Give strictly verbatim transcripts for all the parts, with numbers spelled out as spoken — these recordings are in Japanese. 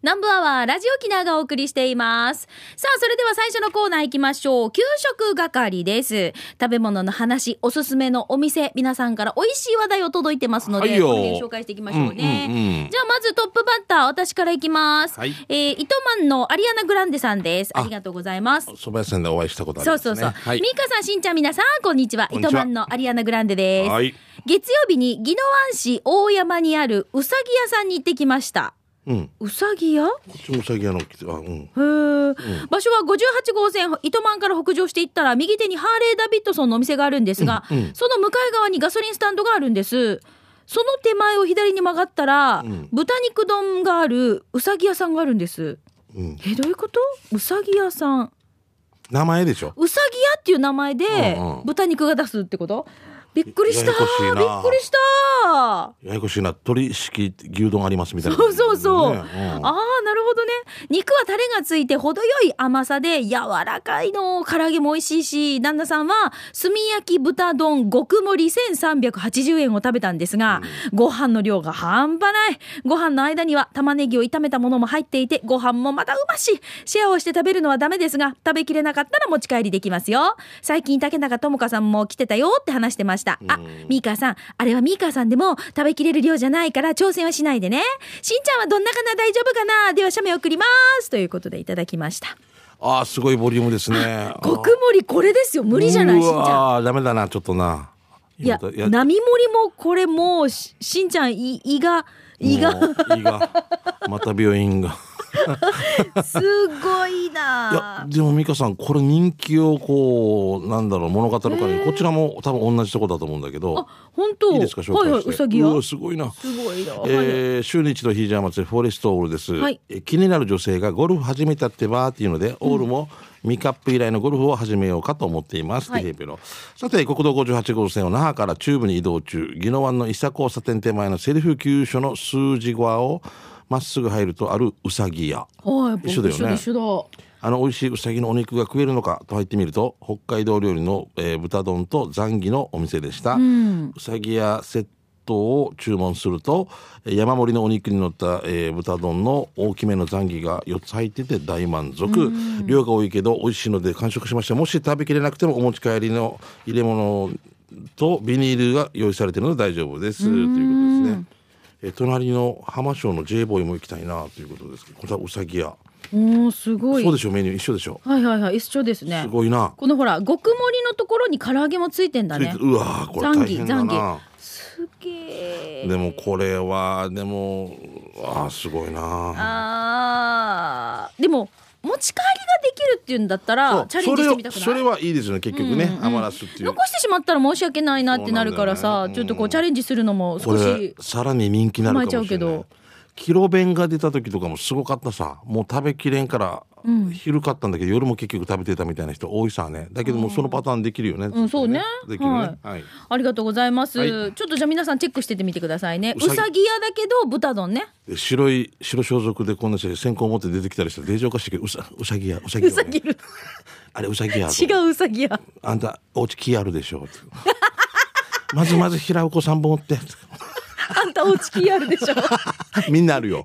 南部アワーラジオキナがお送りしています。さあ、それでは最初のコーナー行きましょう。給食係です。食べ物の話、おすすめのお店、皆さんから美味しい話題を届いてますので、はい、この辺紹介していきましょうね、うんうんうん、じゃあまずトップバッター、私からいきます、はい、えー、糸満のアリアナグランデさんです。ありがとうございます。 蕎麦屋さんでお会いしたことありますね。 そうそうそう、 はい、 ミカさん、しんちゃん、皆さんこんにちは。糸満のアリアナグランデです、はい、月曜日に宜野湾市大山にあるうさぎ屋さんに行ってきました。うん、うさぎ屋？こっちもうさぎ屋の、あ、うん、 へー、うん、場所はごじゅうはち号線糸満から北上していったら右手にハーレーダビッドソンのお店があるんですが、うんうん、その向かい側にガソリンスタンドがあるんです。その手前を左に曲がったら、うん、豚肉丼があるうさぎ屋さんがあるんです、うん、え、どういうこと？うさぎ屋さん、 名前でしょ。 うさぎ屋っていう名前で豚肉が出すってこと？びっくりした。びっくりした。 ややこしいな。鶏式牛丼ありますみたいな、 そうそうそう、ね、うん、ああ、なるほどね。肉はタレがついて程よい甘さで柔らかいの。唐揚げも美味しいし、旦那さんは炭焼き豚丼極盛りせんさんびゃくはちじゅうえんを食べたんですが、うん、ご飯の量が半端ない。ご飯の間には玉ねぎを炒めたものも入っていて、ご飯もまたうまし。シェアをして食べるのはダメですが、食べきれなかったら持ち帰りできますよ。最近竹中智香さんも来てたよって話してました。あ、ミーカーさん、あれはミーカーさんでも食べきれる量じゃないから挑戦はしないでね。しんちゃんはどんなかな、大丈夫かな。では写メ送りますということでいただきました。 あー、すごいボリュームですね。 極盛りこれですよ。無理じゃない、しんちゃん。 あー、ダメだな、ちょっとな。 いや、並盛りもこれもう し, しんちゃん胃胃が胃が胃がまた病院がすごいな。 いやでも美香さん、これ人気をこうなんだろう物語るからに、こちらも多分同じとこだと思うんだけど。あ、本当？いいですか、紹介して。はいはい、うさぎや。うわ、すごいな。 すごいな。 えー、週に一度ヒージャー祭りフォレストオールです、はい、え気になる女性がゴルフ始めたってばーっていうので、オールもミカップ以来のゴルフを始めようかと思っています、はい、さて、国道ごじゅうはち号線を那覇から中部に移動中、宜野湾の伊佐交差点手前のセルフ給所の数字側をまっすぐ入るとあるうさぎ屋、はい、一緒だよね。一緒だ。あの美味しいうさぎのお肉が食えるのかと入ってみると、北海道料理の、えー、豚丼とザンギのお店でした、うん、うさぎ屋セットを注文すると山盛りのお肉に乗った、えー、豚丼の大きめのザンギがよっつ入ってて大満足、うん、量が多いけど美味しいので完食しました。もし食べきれなくてもお持ち帰りの入れ物とビニールが用意されているので大丈夫です、ということですね。え隣の浜松の J ボーイも行きたいなということですけど、これはうさぎ屋。 お、すごい。 そうでしょ、メニュー一緒でしょ。 はいはいはい、一緒ですね。 すごいな。 このほら極盛りのところに唐揚げもついてんだね。 うわ、これ大変だな。 すげえ。 でもこれはでもあ、すごいな。 あー、でも持ち帰りができるっていうんだったらチャレンジしてみたくない？ それはいいですよね、結局ね、うんうん、余らすっていう。 残してしまったら申し訳ないなってなるからさ、ね、うん、ちょっとこうチャレンジするのも少しさらに人気になるかもしれない。けどキロ弁が出た時とかもすごかったさ。もう食べきれんから、うん、昼買ったんだけど夜も結局食べてたみたいな人多いさね。だけどもそのパターンできるよね。 うん、そうね。 できるね、はいはい。ありがとうございます、はい、ちょっとじゃあ皆さんチェックしててみてくださいね。うさぎ屋だけど豚丼ね。 白い白装束でこんな人線香持って出てきたりしたら令状化してけど、うさうさぎ屋うさぎ屋、ね、うさぎるあれうさぎ屋。 違ううさぎ屋。 あんたお家木あるでしょまずまず平尾子さんぼん持ってあんたお家木あるでしょみんなあるよ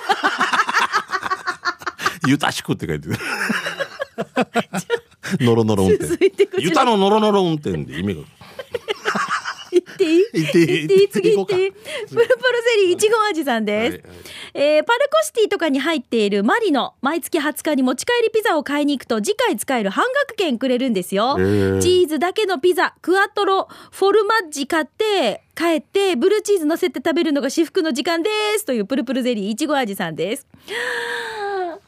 ゆたしくって書いてるノロノロ運転、ゆたのノロノロ運転で意味が言っていい言っていい言っていい次言っていいプルプルゼリーいちご味さんです、はいはい、えー、パルコシティとかに入っているマリの毎月はつかに持ち帰りピザを買いに行くと次回使える半額券くれるんですよ。チーズだけのピザクアトロフォルマッジ買って帰ってブルーチーズ乗せて食べるのが至福の時間ですというプルプルゼリーいちご味さんです。食べたい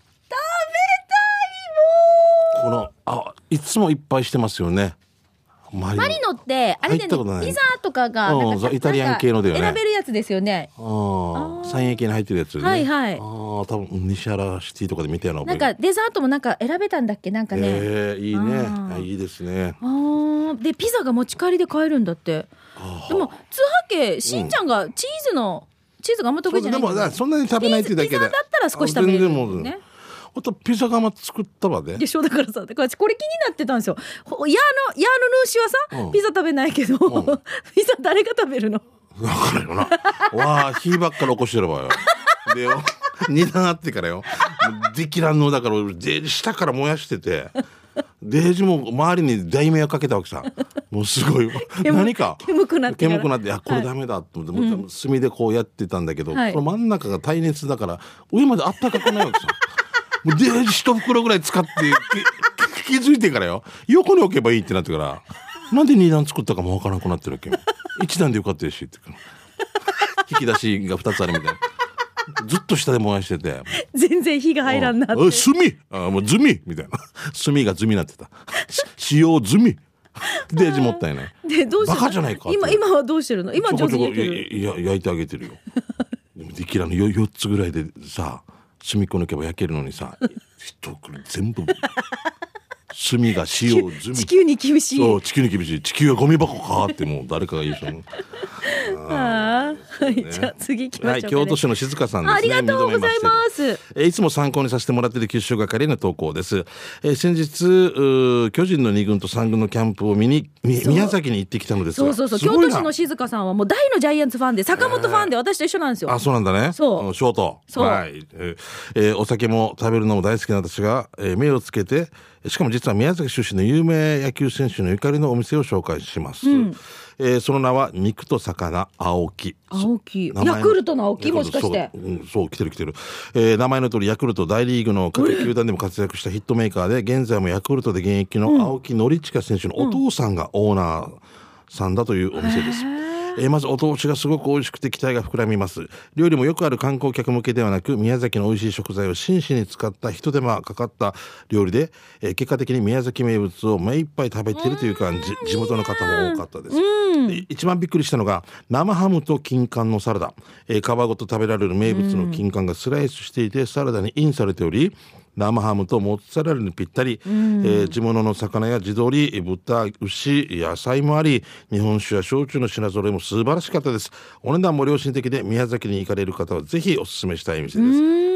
もん。このあいつもいっぱいしてますよね。マリ ノ, マリノってあれでね、ピザとかがなんかイタリアン系のだよね。 選べるやつですよね。 ああ、三円系に入ってるやつ、ね、 はいはい。ああ、多分西原シティとかで見たような。 なんかデザートもなんか選べたんだっけ、なんかね。 えー、いいね。あいいですね。 あでピザが持ち帰りで買えるんだって。でも通販系しんちゃんがチーズの、うん、チーズがあんま得意じゃないんだよね。 でもそんなに食べないっていうだけで。 ピザだったら少し食べれるんですね。 あとピザ窯作ったわで。 でしょ、だからさ、だからこれ気になってたんですよ。ヤーのヤーのヌーシはさ、うん、ピザ食べないけど、うん、ピザ誰が食べるの？ 分からんよな。わあ、火ばっかり起こしてるわよ。でよ、 にだんあってからよできらんのだからデージ下から燃やしててデージも周りに大迷惑かけたわけさ。もうすごい何か煙くなって煙くなって、あこれダメだと思って、はい、もう炭でこうやってたんだけど、はい、この真ん中が耐熱だから上まであったかくないわけさ。もうデージ一袋ぐらい使って気づいてからよ横に置けばいいってなってからなんでにだん作ったかもわからなくなってるわけよ。いちだんでよかったよしって引き出しがふたつあるみたいな。ずっと下で燃やしてて全然火が入らんなって。 炭あもう炭みたいな炭が炭になってた使用炭デージもったいないでどうしてバカじゃないか。 今今はどうしてるの？今上手に焼ける？ いや焼いてあげてるよ。でもできらんのよっつぐらいでさ炭っこ抜けば焼けるのにさ一袋全部炭が使用済み。 地球に厳しい。 そう地球に厳しい。地球はゴミ箱かってもう誰かが言う人もああ、はい、じゃあ次行きましょうかね。 はい、京都市の静香さんですね。 ありがとうございます。 えいつも参考にさせてもらっている九州係の投稿です。えー、先日巨人のに軍とさん軍のキャンプを見に宮崎に行ってきたのですが、 そうそうそう京都市の静香さんはもう大のジャイアンツファンで坂本ファンで私と一緒なんですよ。 あ、そうなんだね。 そうショート。 そう、 はい、えーえー、お酒も食べるのも大好きな私が、えー、目をつけてしかも実は宮崎出身の有名野球選手のゆかりのお店を紹介します、うんえー、その名は肉と魚青木。 青木ヤクルトの青木もしかしてそう、うん、そう来てる来てる、えー、名前の通りヤクルト大リーグの各球団でも活躍したヒットメーカーで現在もヤクルトで現役の青木宣親選手のお父さんがオーナーさんだというお店です、うんえー、まずお通しがすごく美味しくて期待が膨らみます。料理もよくある観光客向けではなく宮崎の美味しい食材を真摯に使った一手間かかった料理で、えー、結果的に宮崎名物を目いっぱい食べているという感じ。地元の方も多かったです。で一番びっくりしたのが生ハムと金柑のサラダ、えー、皮ごと食べられる名物の金柑がスライスしていてサラダにインされており生ハムとモッツァレラにぴったり、えー、地物の魚や地鶏、豚、牛、野菜もあり日本酒や焼酎の品揃えも素晴らしかったです。お値段も良心的で宮崎に行かれる方はぜひお勧めしたい店です。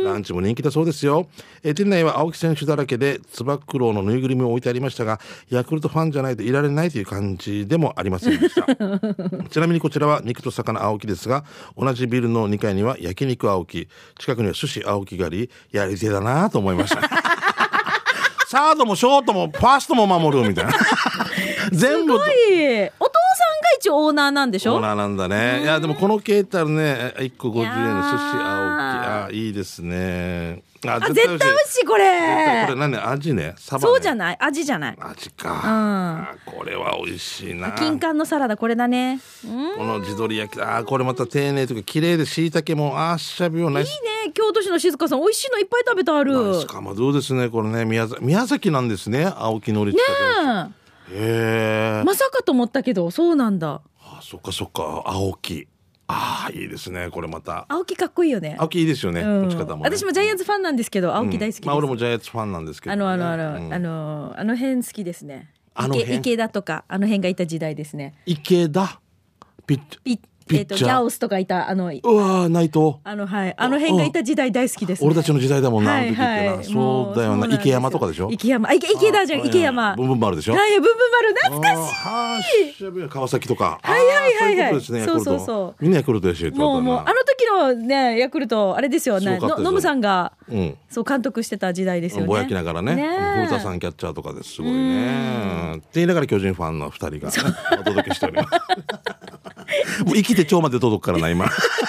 ランチも人気だそうですよ。えー、店内は青木選手だらけでつば九郎のぬいぐるみを置いてありましたがヤクルトファンじゃないといられないという感じでもありませんでしたちなみにこちらは肉と魚青木ですが同じビルのにかいには焼肉青木近くには寿司青木がありやり手だなと思いましたサードもショートもファーストも守るみたいな全部。すごい。お父さんが一応オーナーなんでしょ。 オーナーなんだね。いやでもこのケータルねいっこごじゅうえんの寿司青木あいいですね。 あ絶対美味しいこれ。 これ何味ねサバね。 そうじゃない味じゃない。 味か、うん、これは美味しいな。 金柑のサラダこれだね。 この地鶏焼きあこれまた丁寧というか綺麗で椎茸もあっしゃびよないいね。京都市の静香さん美味しいのいっぱい食べてある。 しかもどうですねこれね宮崎宮崎なんですね青木のりちか選手。ねえ。 まさかと思ったけどそうなんだ。 あそっかそっか青木。ああいいですねこれまた青木かっこいいよね。 青木いいですよね、うん、持ち方も、ね、 私もジャイアンツファンなんですけど青木大好きです、うんまあ、俺もジャイアンツファンなんですけど、ね、 あのあのあの、うん、あのあの辺好きですね。あの辺池田とかあの辺がいた時代ですね。 池田ピッピッえー、とギャオスとかいたあのうわ内藤あのはいあの辺がいた時代大好きです、ね、 俺たちの時代だもんな、はいはい、あの時ってなそうだよな池山とかでしょ。 池山あ池池田じゃん池山ブンブン丸でしょ。 はいブンブン丸懐かしい。 川崎とかはいはいはいはいそういうことですね。 そうそうそうみんなヤクルトでしょ。 もうもうあの時のねヤクルトあれですよねノムさんが、うん、そう監督してた時代ですよね。 ぼやきながらね古田さんキャッチャーとかですごいねって言いながら巨人ファンのふたりが、ね、お届けしておりますもう生きて腸まで届くからな今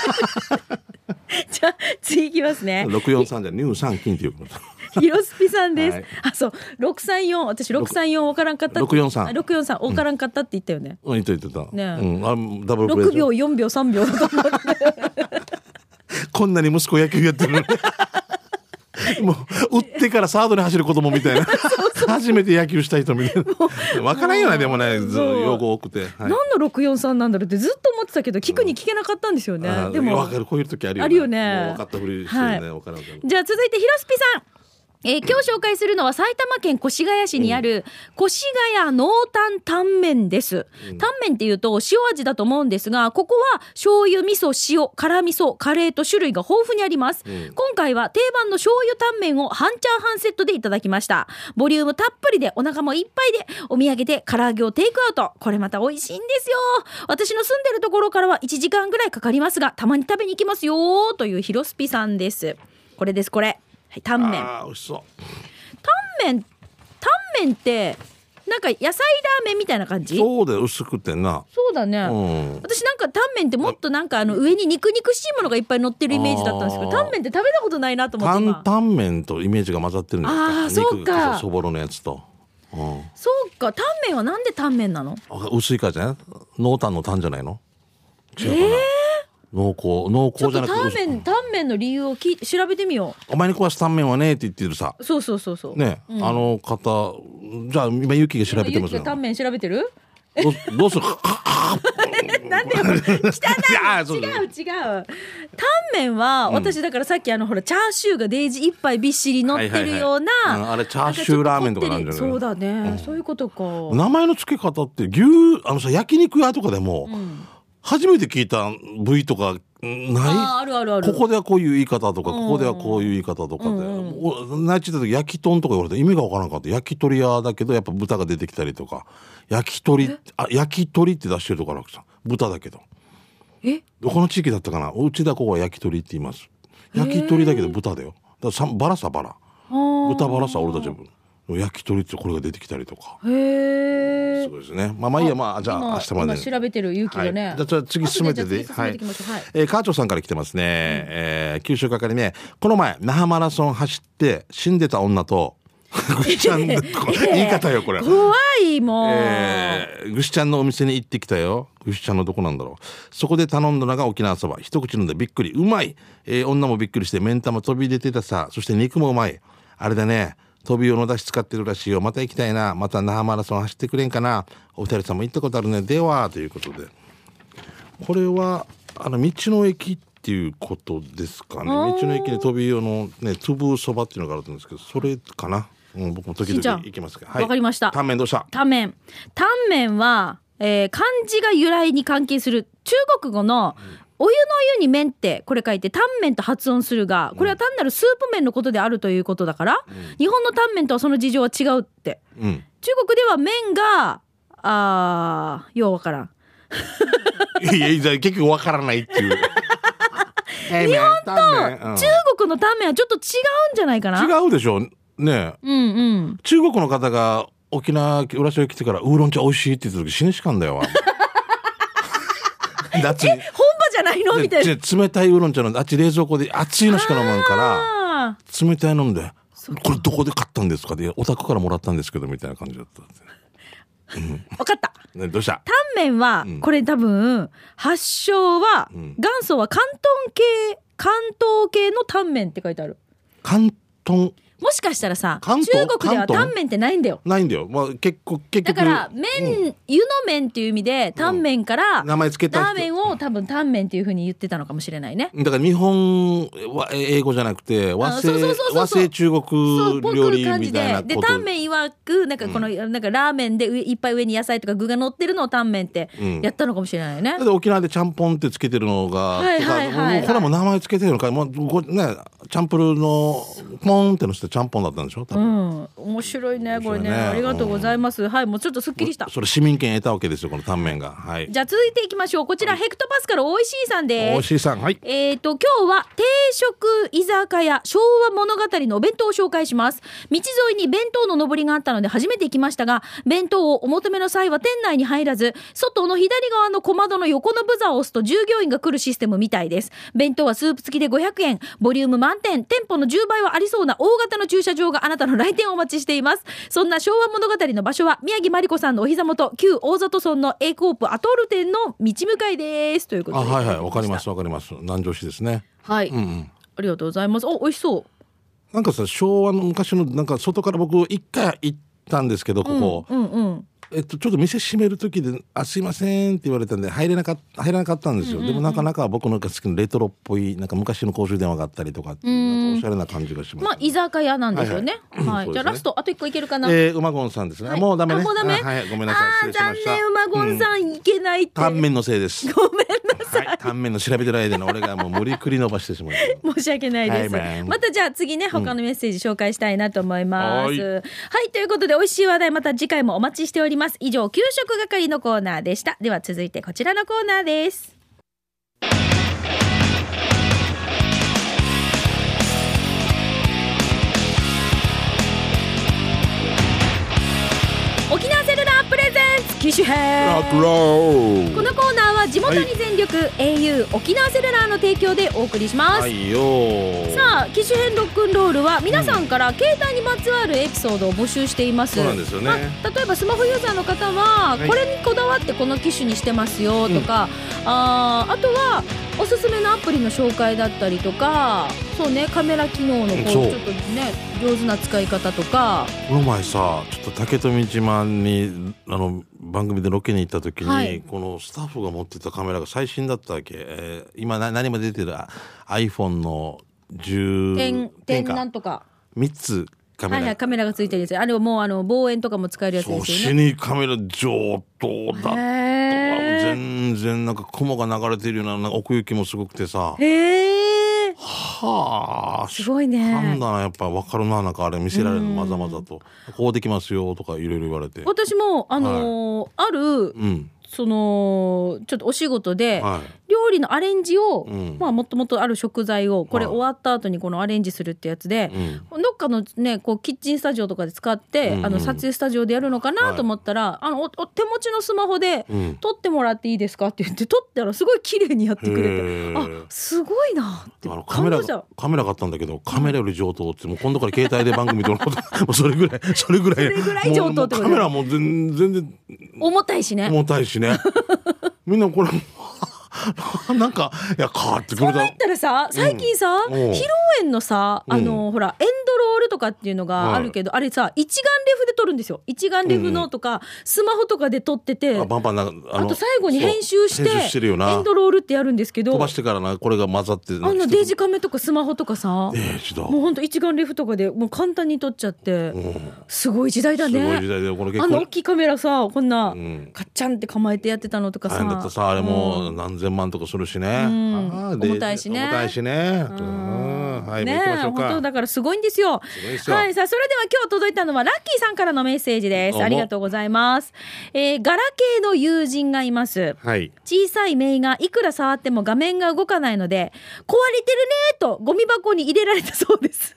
じゃあ次いきますね。 ろくよんさんじゃ乳酸菌っていうことヒロスピさんです、はい、あそうろくさんよん私ろくさんよん分からんかったろくよんさんろくよんさん分からんかったって言ったよね。 うん言ってた言ってた、 ねうん、あダブルプレーろくびょうよんびょうさんびょうこんなに息子野球やってるのにもう打ってからサードに走る子供みたいな初めて野球したい人みたいな分からんよね。でもね用語多くて、はい、 何のろくよんさんなんだろうってずっと思ってたけど聞くに聞けなかったんですよね、うん、でも分かるこういう時あるよね。 あるよね。 もう分かったふりしてるね、はい、分からんから。 じゃあ続いてヒロスピさんえー、今日紹介するのは埼玉県越谷市にある越谷濃淡タンメンです、うん、タンメンっていうと塩味だと思うんですがここは醤油味噌塩辛味噌カレーと種類が豊富にあります、うん、今回は定番の醤油タンメンを半チャーハンセットでいただきました。ボリュームたっぷりでお腹もいっぱいでお土産で唐揚げをテイクアウト。これまた美味しいんですよ。私の住んでるところからはいちじかんぐらいかかりますがたまに食べに行きますよというヒロスピさんです。 これですこれ、はい、タンメン。 あー美味しそう。 タンメンタンメンってなんか野菜ラーメンみたいな感じ。 そうだよ、薄くてな。 そうだね、 うん、 私なんかタンメンってもっとなんかあの上に肉肉しいものがいっぱい乗ってるイメージだったんですけど、タンメンって食べたことないなと思って今。 担々麺とイメージが混ざってるんですか。 あーそうか、 肉そぼろのやつと、うん、 そうか。タンメンはなんでタンメンなの。 薄いからじゃない、濃淡の淡じゃないの。違うかな、えー、濃厚濃厚じゃなくて、 タンメンタンメンの理由をき調べてみよう。お前に壊すタンメンはねって言ってるさ。 そうそうそうそうね、うん、あの方じゃあ今ユキが調べてますよ。 タンメン調べてる。 ど, どうするなんでよ汚い。違う違う。タンメンは、うん、私だからさっきあのほらチャーシューがデージいっぱいびっしり乗ってるような、 はいはいはい、あれチャーシューラーメンとかなんじゃない。 そうだね、うん、そういうことか。 名前の付け方って牛あのさ焼肉屋とかでも、うん、初めて聞いた部位とかない。 ああるあるある。 ここではこういう言い方とか、うん、ここではこういう言い方とかで、うんうん、内地だと焼き豚とか言われて意味がわからなかった。焼き鳥屋だけどやっぱ豚が出てきたりとか、焼き鳥あ焼き鳥って出してるとかなくさ、豚だけど、 えどこの地域だったかな。うちだここは焼き鳥って言います。焼き鳥だけど豚だよ。だからバラさバラ豚バラさ俺たちは焼き鳥ってこれが出てきたりとか。へえ。そうですね。まあまあいいや、まあじゃあ明日まで、ね、 今調べてる勇気がね。 はい、じゃあ次進めてで、はい。はい、えー、カーチョさんから来てますね。うん、えー、九州係ね。この前那覇マラソン走って死んでた女とぐしちゃん言い方よこれ。 怖いもう。 えー、ぐしちゃんのお店に行ってきたよ。ぐしちゃんのどこなんだろう。そこで頼んだのが沖縄そば。一口飲んでびっくり。うまい。えー、女もびっくりして目ん玉飛び出てたさ。そして肉もうまい。あれだね。飛び用の出汁使ってるらしいよ。また行きたいな。また那覇マラソン走ってくれんかな。お二人さんも行ったことあるね。ではということで、これはあの道の駅っていうことですかね。道の駅に飛び用のねつぶそばっていうのがあるんですけど、それかな。うん、僕も時々行きますけど。 はい、わかりました。 タンメンどうした。 タンメンタンメンは、えー、漢字が由来に関係する中国語の、うんお湯の湯に麺ってこれ書いてタンメンと発音するが、これは単なるスープ麺のことであるということだから、うん、日本のタンメンとはその事情は違うって、うん、中国では麺があーようわからんいやいや結局わからないっていう日本と中国のタンメンはちょっと違うんじゃないかな。 違うでしょね、うんうん、中国の方が沖縄浦添来てからウーロン茶美味しいって言った時死ねしかんだよえ本場じゃないのみたいな。 冷たいウーロン茶飲んで、あっち冷蔵庫で熱いのしか飲まんから冷たい飲んで、これどこで買ったんですかで、お宅からもらったんですけどみたいな感じだった、 うん、分かった、 ね、どうした。 タンメンは、うん、これ多分発祥は、うん、元祖は広東系関東系のタンメンって書いてある。 広東もしかしたらさ、中国ではタンメンってないんだよ。 ないんだよ。まあ結構結局だから麺、うん、湯の麺っていう意味でタンメンから、うん、 名前つけたラーメンを多分タンメンっていう風に言ってたのかもしれないね。 だから日本は英語じゃなくて和製和製中国料理みたいなことで、 でタンメン曰くなんかこの、うん、なんかラーメンでいっぱい上に野菜とか具が乗ってるのをタンメンってやったのかもしれないね。 うん、で沖縄でちゃんぽんってつけてるのが、はいはいはいはい、これも名前つけてるのか、もうねチャンプルのポンってのしてちゃんぽんだったんでしょ。 うん、面白いねこれ ね, ねありがとうございます、うん、はいもうちょっとすっきりした。 それ市民権得たわけですよこのタンメンが、はい、 じゃあ続いていきましょう。こちら、はい、ヘクトパスカルおいしいさんです。 おいしいさん、はい、 えーと今日は定食居酒屋昭和物語のお弁当を紹介します。道沿いに弁当の上りがあったので初めて行きましたが、弁当をお求めの際は店内に入らず外の左側の小窓の横のブザーを押すと従業員が来るシステムみたいです。弁当はスープ付きでごひゃくえん、ボリューム満点、店舗のじゅうばいはありそうな大型の駐車場があなたの来店をお待ちしています。そんな昭和物語の場所は宮城真理子さんのお膝元旧大里村の A コープアトール店の道向かいですということで。 あ、はいはい、わかりますわかります。南城市ですね。 はい、うんうん、ありがとうございます。お、美味しそう。 なんかさ昭和の昔のなんか外から僕一回行ったんですけどここ、うんうんうん、えっと、ちょっと店閉める時であすいませんって言われたんで入れなかった入らなかったんですよ、うんうんうん、でもなかなか僕の好きなレトロっぽいなんか昔の公衆電話があったりとかっていうなんかおしゃれな感じがします、ね、 まあ居酒屋なんですよね、はいはいはい、じゃあラストあと一個いけるかな。 えー、馬ゴンさんですね、はい、もうダメね。もうダメ、はい、ごめんなさい失礼しました。 残念馬ゴンさん、うん、いけないってタンメンのせいです。 ごめんなさい、 はい、タンメンの調べてる間の俺がもう無理くり伸ばしてしまう申し訳ないです、はい、またじゃあ次ね他のメッセージ紹介したいなと思います、うん、はい、はい、ということで美味しい話題また次回もお待ちしております。以上給食係のコーナーでした。では続いてこちらのコーナーです。 機種編。 ラックロー。 このコーナーは地元に全力、はい、エーユー 沖縄セルラーの提供でお送りします。 はいよ。 さあ機種編ロックンロールは皆さんから携帯にまつわるエピソードを募集しています。 そうなんですよね。 まあ、例えばスマホユーザーの方はこれにこだわってこの機種にしてますよとか、うん、あ, あとはおすすめのアプリの紹介だったりとか、そうね、カメラ機能のこうちょっとね上手な使い方とか。 この前さ、ちょっと竹富島にあの番組でロケに行った時に、はい、このスタッフが持ってたカメラが最新だったわけ、えー、今何も出てる iPhone のじゅう点なんとかみっつカメラ、 はいはい、カメラがついてるやつ。あれはもうあの望遠とかも使えるやつですよね。 そう、死にカメラ上等だった。全然なんか雲が流れてるよう な, なんか奥行きもすごくてさ、 へー、 はあ、 すごいね。 なんだな、やっぱ分かるな、なんかあれ見せられるのまざまざと、こうできますよとかいろいろ言われて、 私もあのーはい、ある、うん、そのちょっとお仕事で、はい、料理のアレンジを、うんまあ、もっともっとある食材をこれ終わった後にこのアレンジするってやつで、はい、どっかの、ね、こうキッチンスタジオとかで使って、うんうん、あの撮影スタジオでやるのかなと思ったら、はい、あの お, お手持ちのスマホで、うん、撮ってもらっていいですかって言って撮ったらすごい綺麗にやってくれて、あ、すごいなって。 あのカメラカメラ買ったんだけど、カメラより上等って、もう今度から携帯で番組撮ることもうそれぐらいそれぐらいそれぐらい上等ってこと。 カメラも全然重たいしね重たいしねみんなこれなんかいやかってくるだろ。 そうなったらさ、最近さ、うん、披露宴のさ、あの、うん、ほらエンドロールとかっていうのがあるけど、はい、あれさ一眼レフで撮るんですよ。一眼レフのとか、うん、スマホとかで撮ってて、あ、バンバンな あ, あと最後に編集して編集してるよな。 エンドロールってやるんですけど、 飛ばしてからな、これが混ざって、 あのデジカメとかスマホとかさ、 デジだもうほんと一眼レフとかでもう簡単に撮っちゃって、うん、すごい時代だね。 すごい時代だよこれ。結構あの大きいカメラさ、こんな、うん、カッチャンって構えてやってたのとかさ、 大変だったさ、あれも何千万とかするしね、うん、 あ重たいしね、 重たいしね、うん、はい、ね、もう行きましょうか。 本当だからすごいんですよ。 すごいですよ。 はい、さあそれでは今日届いたのはラッキーさんからのメッセージです。ありがとうございます。えー、ガラケーの友人がいます、はい、小さいメイがいくら触っても画面が動かないので壊れてるねとゴミ箱に入れられたそうです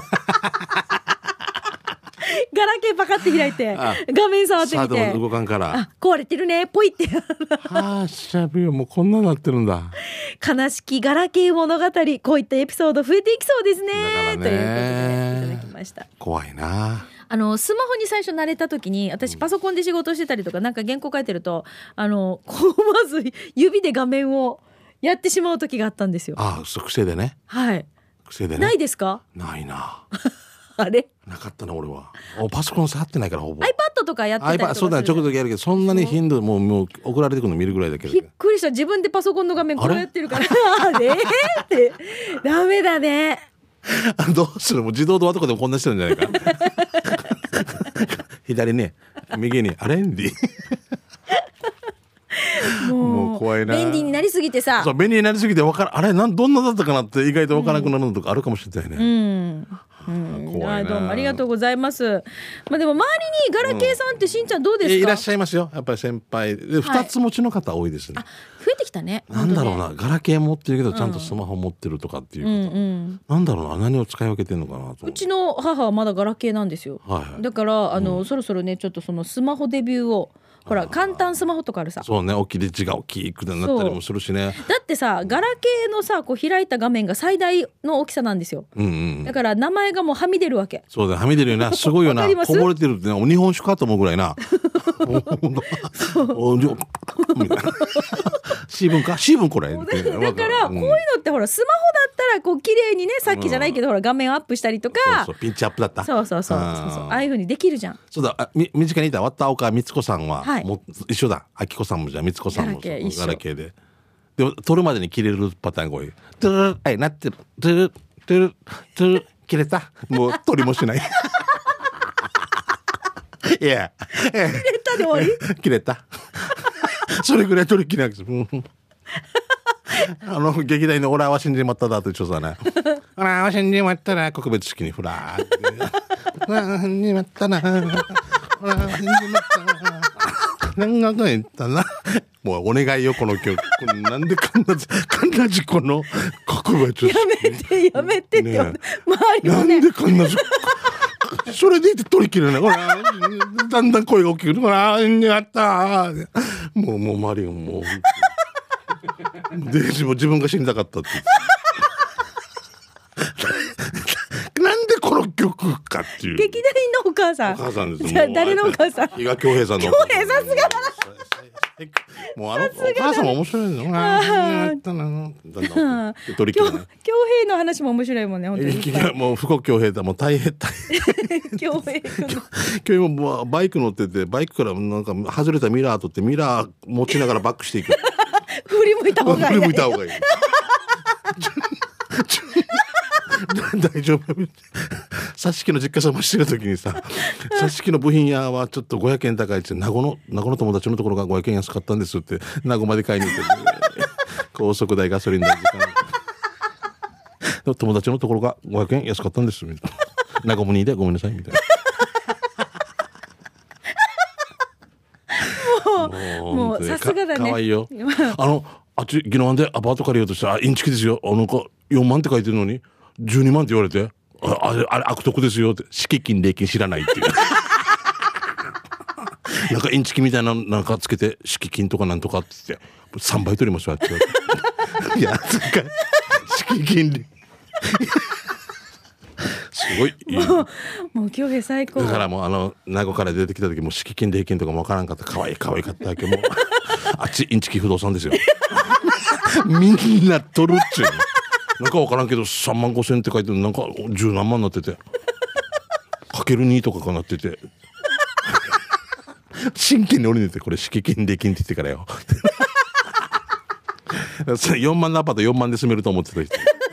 ガラケーパカって開いて画面触ってみて、 動かんから、 あ、壊れてるねポイってはあ、しゃべよ、もうこんななってるんだ。 悲しきガラケー物語、こういったエピソード増えていきそうですね。 だからね、 ということでいただきました。 怖いな。 あのスマホに最初慣れた時に、私パソコンで仕事してたりとか、なんか原稿書いてると、あのこうまず指で画面をやってしまう時があったんですよ。 ああ、そう、癖でね。 はい。 癖でね。 ないですか？ ないなあれなかったな俺は。パソコン触ってないからほぼ。 iPad とかやってたりとかする。 そうだね、ちょこちょこやるけど、そんなに頻度もう、もう送られてくるの見るぐらいだけど。 びっくりした。自分でパソコンの画面こうやってるからあれってダメだねどうする、もう自動ドアとかでもこんなしてるんじゃないか左ね、右にアレンディも う, もう怖いな。 便利になりすぎてさ、 そう、便利になりすぎて分からん、あれなんどんなだったかなって意外と分からなくなるのとかあるかもしれないね。うん、 うんうん、あ、どうもありがとうございます。まあ、でも周りにガラケーさんってしんちゃんどうですか？ いらっしゃいますよ、やっぱり先輩でふたつ持ちの方多いですね、 はい、あ、増えてきたね。 なんだろうな、ガラケー持ってるけどちゃんとスマホ持ってるとかっていう方、うんうん、なんだろうな、何を使い分けてるのかなと。 うちの母はまだガラケーなんですよ、はいはい、だからあの、うん、そろそろねちょっとそのスマホデビューを、ほら簡単スマホとかあるさ、 そうね、大きい字が大きくなったりもするしね。 だってさ、ガラケーのさこう開いた画面が最大の大きさなんですよ、うんうん、だから名前がもうはみ出るわけ。 そうだ、はみ出るよな、すごいよなこぼれてるって、日本酒かと思うぐらいなシーブンか、シーブンこれだからこういうのってほらスマホだったらこう綺麗にね、さっきじゃないけど、うん、ほら画面をアップしたりとか、 そうそう、ピンチアップだった、 そうそうそうそうそう、ああいう風にできるじゃん。 そうだ、あ、み身近にいた綿岡光子さんは、はい、も一緒だ、あきこさんもじゃあ光子さんもガラケーガラケーで、でも撮るまでに切れるパターンが多い。トゥルル、はい、なってる、トゥルルトゥルルトゥルル、切れた、もう撮りもしないいや、 切れたで終わり切れたそれぐらい取り切れなくてあの劇団のオラは死んじまっただと一緒だねオラは死んじまったら告別式にフラーオラは死んじまったなオラは死んじまったな何が言ったなもうお願いよこの曲なんでかんなかんなじこの告別式やめてやめてって、ね、周りもね、 なんでかんなじそれでいて取り切れない。ほら、だんだん声が大きくなる。ほら、やったー。もう、もうマリオンもう。で、自分、自分が死にたかったって言って。なんでこの曲かっていう。 劇団員のお母さん。 お母さんです。 じゃあ誰のお母さん。 比嘉恭平さんの。 恭平さすがだな。 もうあのお母さんも面白いの。ああ、ったな。取り切れない。 恭平の話も面白いもんね。本当に。 もう富国恭平だ。もう大変大変。 恭平君。 恭平もバイク乗ってて、バイクからなんか外れたミラー取ってミラー持ちながらバックしていく。 振り向いた方がいい。 振り向いた方がいい。大丈夫。さしきの実家様してる時にさ、さしきの部品屋はちょっとごひゃくえん高いって、名護の名護の友達のところがごひゃくえん安かったんですって名護まで買いに行って、高速代ガソリン代時間友達のところがごひゃくえん安かったんですみたいな。名護もにでごめんなさいみたいな。もうもうさすがだね。 か, かわいいよ。あのあっち宜野湾でアパート借りようとしたらインチキですよ。あの子よんまんって書いてるのにじゅうにまんって言われて、あ, あれあれ悪徳ですよって、敷金礼金知らないっていうなんかインチキみたいななんかつけて敷金とかなんとかって言ってさんばい取りますわって言われていやつか敷金礼すごいいい。 もうもう恭平最高。 だからもうあの名護から出てきた時も敷金礼金とかもわからんかった。可愛い可愛かったわけもうあっちインチキ不動産ですよみんな取るっちゅうなんかわからんけどさんまんごせんって書いてなんか十何万になっててかけるにとかかなってて真剣に俺にてこれ敷金礼金って言ってからよよんまんのアパートよんまんで住めると思ってた人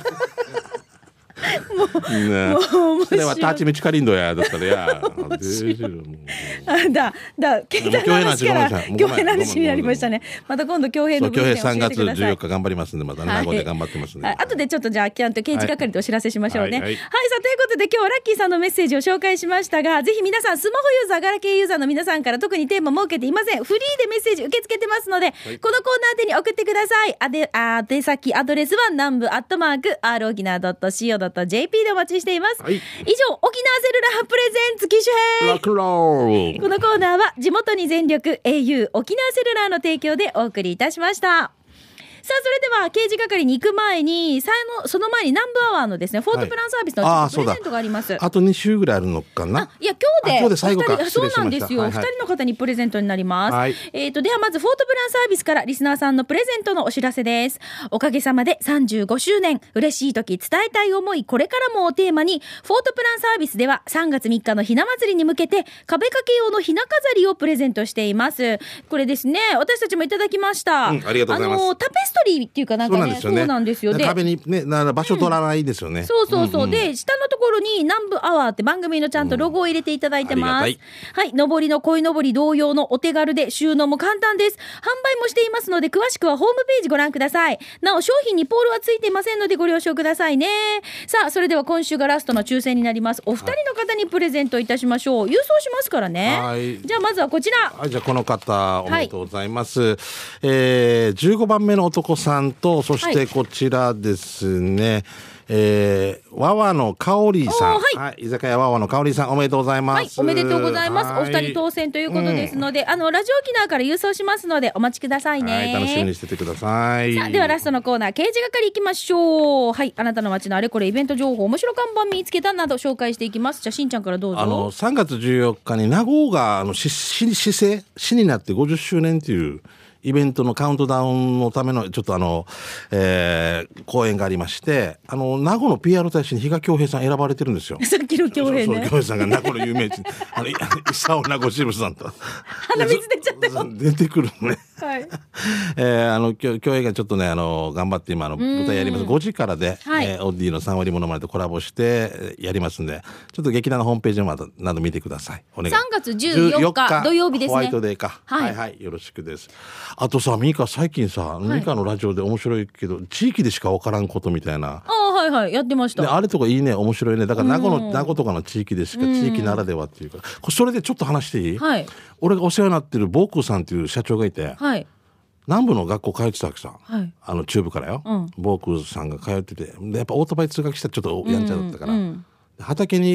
ね、もうそれはターチミチカリンドやだったらやあだだ携帯の話から恭平の話になりましたね。また今度恭平の恭平さんがつじゅうよっか頑張りますんでまた名護で頑張ってますんで、 はい、後でちょっとじゃあキャンと刑事係でお知らせしましょうね。はい、はいはい、さあということで今日はラッキーさんのメッセージを紹介しましたが、ぜひ皆さんスマホユーザーガラケーユーザーの皆さんから特にテーマ設けていません。フリーでメッセージ受け付けてますので、はい、このコーナー宛に送ってください。あであ宛先アドレスは南部アットマーク アール 沖縄 ドット シーオー ドット ジェーピー でお待ちしています。はい、以上沖縄セルラープレゼンツ機種編ロックンロール。このコーナーは地元に全力 エーユー 沖縄セルラーの提供でお送りいたしました。さあそれでは刑事係に行く前にさのその前に南部アワーのですねフォートプランサービスのプレゼントがあります。 あ, あとに週ぐらいあるのかな。 あいや今日で今日で最後か。 そうなんですよ、はいはい、ふたりの方にプレゼントになります。はい、えーとではまずフォートプランサービスからリスナーさんのプレゼントのお知らせです。おかげさまでさんじゅうごしゅうねん嬉しい時伝えたい思いこれからもをテーマにフォートプランサービスではさんがつみっかのひな祭りに向けて壁掛け用のひな飾りをプレゼントしています。これですね私たちもいただきました、 うん、ありがとうございます。 あのタペストリーっていうかなんかそうなんですよね。そうなんですよ。で壁にねな場所取らないですよね、うん、 そうそうそう、うんうん、で下のところに南部アワーって番組のちゃんとロゴを入れていただいてます、うん、はい上りの鯉のぼり同様のお手軽で収納も簡単です。販売もしていますので詳しくはホームページご覧ください。なお商品にポールはついていませんのでご了承くださいね。さあそれでは今週がラストの抽選になります。お二人の方にプレゼントいたしましょう。郵送しますからね。はい、じゃあまずはこちら。 はい、じゃあこの方おめでとうございます、はい、えー、じゅうごばんめの男さんとそしてこちらですね、はい、えー、わわのかおりさん、はいはい、居酒屋わわのかおりさんおめでとうございます、はい、 おめでとうございます、はい、お二人当選ということですので、うん、あのラジオ沖縄から郵送しますのでお待ちくださいね。 はい、楽しみにしててください。 さあではラストのコーナー刑事係いきましょう。はい、あなたの街のあれこれイベント情報面白看板見つけたなど紹介していきます。じゃあしんちゃんからどうぞ。 あのさんがつじゅうよっかに名護があの市政市になってごじゅっしゅうねんというイベントのカウントダウンのためのちょっとあの、えー、講演がありまして、あの名護の ピーアール 大使に比嘉恭平さん選ばれてるんですよ。 さっきの恭平ね。そうそう恭平さんが名護の有名人あの伊佐尾名護支部さんと鼻水出ちゃったよ。 出てくるね。 はい。 えー、あの恭平がちょっとねあの頑張って今の舞台やります。ごじからで、はい、えー、オーディのさんわりものまねとコラボしてやりますんで、ちょっと劇団のホームページなどなど見てください。お願い。 さんがつじゅうよっか土曜日ですね。 ホワイトデーか。はい、はいはいよろしくです。あとさミカ最近さ、はい、ミカのラジオで面白いけど地域でしか分からんことみたいな。 ああはいはいやってました。 あれとかいいね面白いね。だから名護の名護とかの地域でしか地域ならではっていうか、それでちょっと話していい？はい。俺がお世話になってるボークさんっていう社長がいて、はい。南部の学校通ってたわけさ、はい、あの中部からよ、うん、ボークさんが通っててでやっぱオートバイ通学したらちょっとやんちゃだったから、うんうん、畑に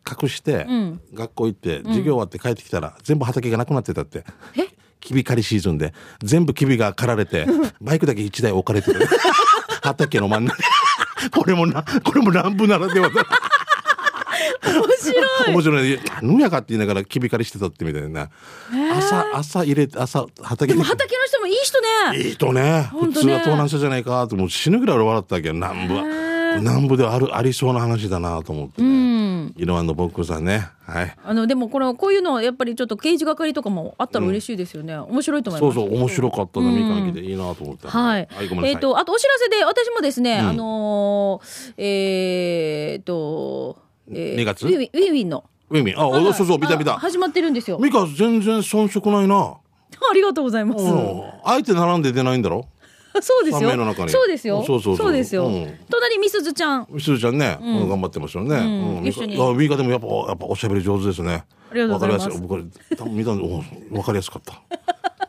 隠して、うん、学校行って授業終わって帰ってきたら、うん、全部畑がなくなってたって。えキビ刈りシーズンで全部キビが刈られてバイクだけいちだい置かれてる畑の真ん中これもなこれも南部ならではだ面白い面白い何やかって言いながらキビ刈りしてたってみたいな。朝朝入れて朝畑でも畑の人もいい人ね。 いい人ね。普通は盗難者じゃないかともう死ぬぐらい俺笑ったわけど南部は南部ではあるありそうな話だなと思ってね。うんイノワンのボックさんね。はい。あのでもこのこういうのやっぱりちょっと刑事係とかもあったら嬉しいですよね。うん、面白いと思います。 そうそう面白かったね。みかんきでいいなと思って。 はい。はい、ごめんなさい。えっ、ー、とあとお知らせで私もですね、うん、あのー、えっ、ー、と、えー、 にがつウィンウィンウィンウィンのウィンウィンあ、はい、そうそう見た見た始まってるんですよ。 みか全然遜色ないな。 ありがとうございます。 あえて並んで出ないんだろ。 そうですよ。そうですよ。 そうそうそう。そうですよ。うん、隣みすずちゃん。 みすずちゃんね、うん、頑張ってますよね。うんうん、一緒に。あ、ミカでもやっぱやっぱおしゃべり上手ですね。 ありがとうございます。 わかりやすい。僕見たんでわかりやすかった。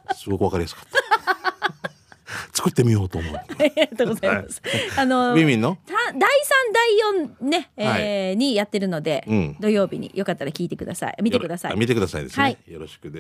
すごくわかりやすかった。作ってみようと思う。ありがとうございます。はい、あのウィンウィンのだいさんだいよんね、えーはい、にやってるので、うん、土曜日によかったら聞いてください。見てください。 見てくださいですね。 はい、 よろしくです。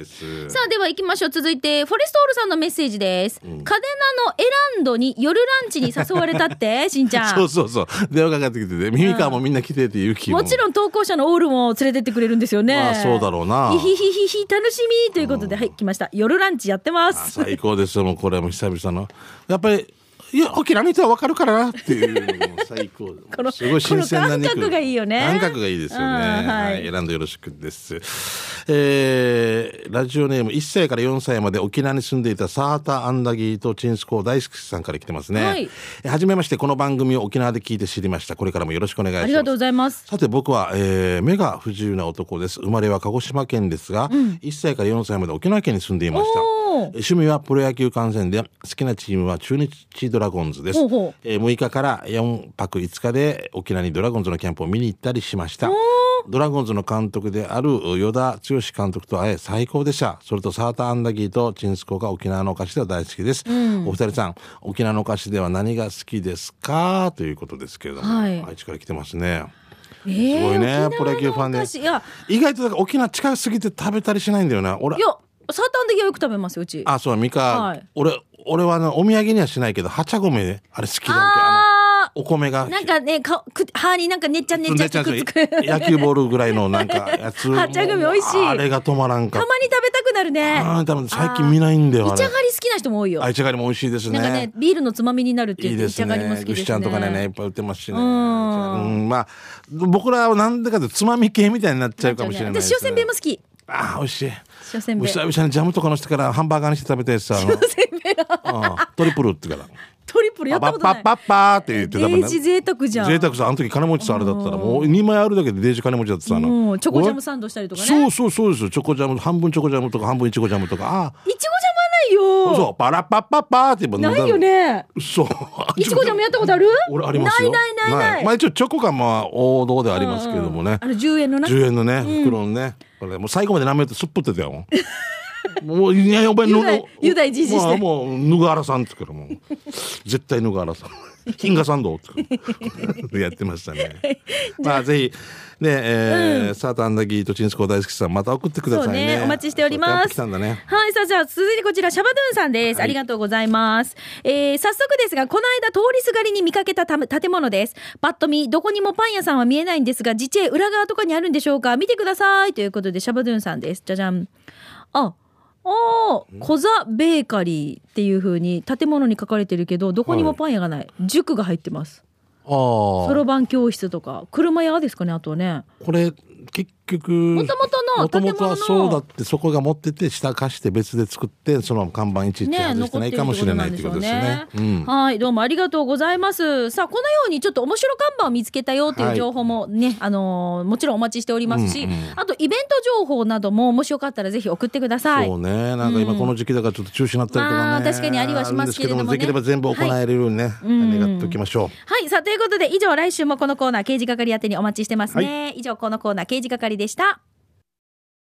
さあでは行きましょう。続いてフォレストオールさんのメッセージです。うん、カデナのエランドに夜ランチに誘われたってしんちゃん。 そうそうそう。電話かかってきてて、耳川もみんな来てっていう気も。 もちろん投稿者のオールも連れてってくれるんですよね。 まあそうだろうな。 ひひひひひ楽しみということで、うん、はい来ました。夜ランチやってます。 最高ですよ。もうこれも久々の。やっぱり。いや沖縄の人は分かるからなっていうのも最高このすごい新鮮な肉この感覚がいいよね。 感覚がいいですよね。はい、選んでよろしくです、えー、ラジオネームいっさいからよんさいまで沖縄に住んでいたサーターアンダギーとチンスコー大好きさんから来てますね。はい、はじめまして。この番組を沖縄で聞いて知りました。これからもよろしくお願いします。ありがとうございます。 さて僕は、えー、目が不自由な男です。生まれは鹿児島県ですが、うん、いっさいからよんさいまで沖縄県に住んでいました。趣味はプロ野球観戦で好きなチームは中日ドラゴンズです。ほうほうえー、むいかからよんぱくいつかで沖縄にドラゴンズのキャンプを見に行ったりしました。ドラゴンズの監督である与田剛監督と会え最高でした。それとサーターアンダギーとチンスコが沖縄のお菓子では大好きです、うん、お二人さん沖縄のお菓子では何が好きですかということですけれども、はい、愛知から来てますね。えー、すごいねプロ野球ファンで。いや意外とだから沖縄近すぎて食べたりしないんだよな。俺いやサーターアンダギーはよく食べますようち。 あそうミカ、はい、俺俺は、ね、お土産にはしないけどはちゃごめあれ好きだわけ。あのお米がなんかねかく歯になんかねっちゃねっちゃくっつく野球ボールぐらいのなんかやつはちゃごめ美味しい。 あれが止まらんか。 たまに食べたくなるね。 あ多分最近見ないんだよ。 いちゃがり好きな人も多いよ。 あいちゃがりも美味しいですね。 なんかねビールのつまみになるって言っていちゃがりも好きですね。 ぐしちゃんとかねいっぱい売ってますしね。うんまあ僕らはなんでかとつまみ系みたいになっちゃうかもしれないです、ね。 私塩せんべいも好き。 あ美味しい。 塩せんべい久々にジャムとかのしてからハンバーガーにして食べたやつさ塩せんべいトリプルってからトリプルやったことない。 パッパッパッパーって言ってたもんね。 デージ贅沢じゃん。 贅沢さあの時金持ちさあれだったらもうにまいあるだけでデージ金持ちだってさあのチョコジャムサンドしたりとかね。 そうそうそうですよ。チョコジャム半分チョコジャムとか半分いちごジャムとか。 あいちごジャムはないよ。 そうパラッパッパッパーって言えばないよね。 そういちごジャムやったことある？ 俺ありますよ。 ないないないない。 まあ一応チョコがまあ王道でありますけれどもね。 あのじゅうえんのね。 じゅうえんのね袋のね。これもう最後まで舐めてすっぽってたよ。もういやお前ユダイユダイじじして、 もうぬがはらさんってからもう絶対ぬがはらさん金河さんどうってやってましたね。まあぜひねえーうん、サーターアンダギーとチンスコー大好きさんまた送ってください ね, ねお待ちしております。 来たんだね。 はいさあじゃあ続いてこちらシャバドゥンさんです、はい、ありがとうございます、えー、早速ですがこの間通りすがりに見かけたた建物です。パッと見どこにもパン屋さんは見えないんですが実地裏側とかにあるんでしょうか。見てくださいということでシャバドゥンさんです。じゃじゃん。ああコザベーカリーっていう風に建物に書かれてるけどどこにもパン屋がない、はい、塾が入ってます。そろばん教室とか車屋ですかね。あとはねこれ結局もともとの建物の元々はそうだってそこが持ってて下貸して別で作ってその看板いちいち外してないかもしれないっていうことですね。うん、 はいどうもありがとうございます。さあこのようにちょっと面白看板を見つけたよっていう情報もね、はい、あのー、もちろんお待ちしておりますし、うんうん、あとイベント情報などももしよかったらぜひ送ってください。 そうねなんか今この時期だからちょっと中止になったりとかね、まあ、 確かにありはしますけれどもねできれば全部行えるようにね、はい、願っておきましょう。 はいさあということで以上来週もこのコーナー刑事係宛てにお待ちしてますね、はい、以上このコーナー刑事係でした。